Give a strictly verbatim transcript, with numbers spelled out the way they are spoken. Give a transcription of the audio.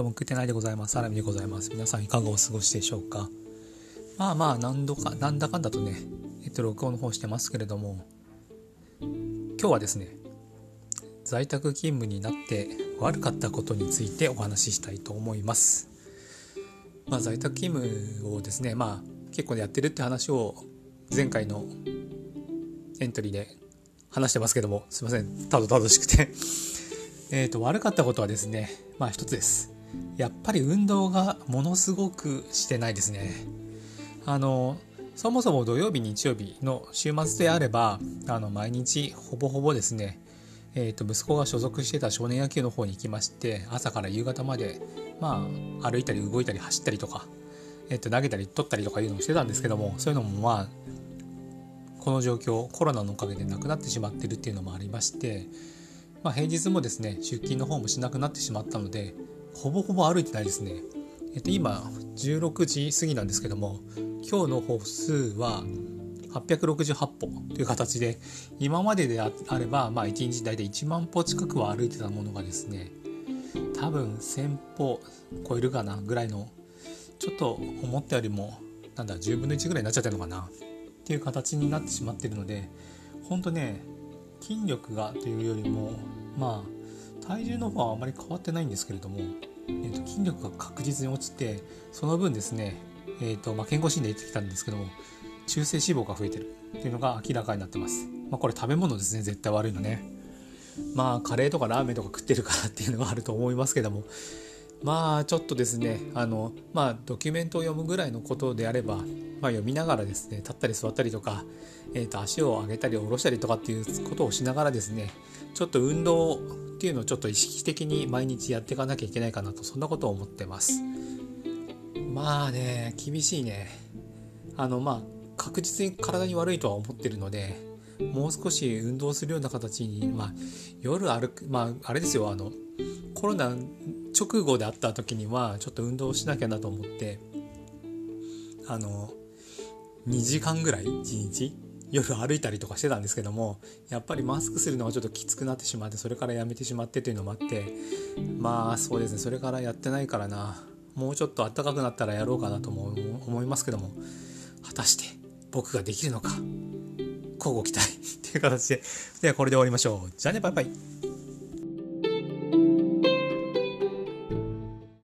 どうも食ってないでございます。アラミでございます。皆さんいかがお過ごしでしょうか。まあまあ何度かなんだかんだとね、えっと録音の方してますけれども、今日はですね、在宅勤務になって悪かったことについてお話ししたいと思います。まあ在宅勤務をですね、まあ結構やってるって話を前回のエントリーで話してますけども、すいません、たどたどしくてえーと悪かったことはですね、まあ一つです。やっぱり運動がものすごくしてないですね。あのそもそも土曜日日曜日の週末であれば、あの毎日ほぼほぼですね、えーと息子が所属してた少年野球の方に行きまして、朝から夕方までまあ歩いたり動いたり走ったりとか、えーと投げたり取ったりとかいうのをしてたんですけども、そういうのもまあこの状況コロナのおかげでなくなってしまっているっていうのもありまして、まあ、平日もですね出勤の方もしなくなってしまったので、ほぼほぼ歩いてないですね。えっと今じゅうろくじ過ぎなんですけども、今日の歩数ははっぴゃくろくじゅうはち歩という形で、今までであればまあいちにちだいたいいちまん歩近くは歩いてたものがですね、多分せん歩超えるかなぐらいの、ちょっと思ったよりもなんだじゅうぶんのいちぐらいになっちゃってるのかなっていう形になってしまっているので、ほんとね筋力がというよりも、まあ体重の方はあまり変わってないんですけれども、えー、と筋力が確実に落ちて、その分ですね、えーとまあ、健康診断で出てきたんですけども、中性脂肪が増えてるっていうのが明らかになってます。まあ、これ食べ物ですね、絶対悪いのね。まあカレーとかラーメンとか食ってるからっていうのがあると思いますけども、まあちょっとですね、あのまあドキュメントを読むぐらいのことであれば、まあ、読みながらですね、立ったり座ったりとか、えーと足を上げたり下ろしたりとかっていうことをしながらですね、ちょっと運動っていうのをちょっと意識的に毎日やっていかなきゃいけないかなと、そんなことを思ってます。まあね厳しいね。あのまあ確実に体に悪いとは思ってるので、もう少し運動するような形に、まあ夜歩く、まああれですよ、あのコロナ直後であった時にはちょっと運動しなきゃなと思って、あのにじかんぐらいいちにち夜歩いたりとかしてたんですけども、やっぱりマスクするのがちょっときつくなってしまって、それからやめてしまってというのもあって、まあそうですね、それからやってないからな。もうちょっと暖かくなったらやろうかなとも思いますけども、果たして僕ができるのか、乞うご期待っていう形で、ではこれで終わりましょう。じゃあね、バイバイ。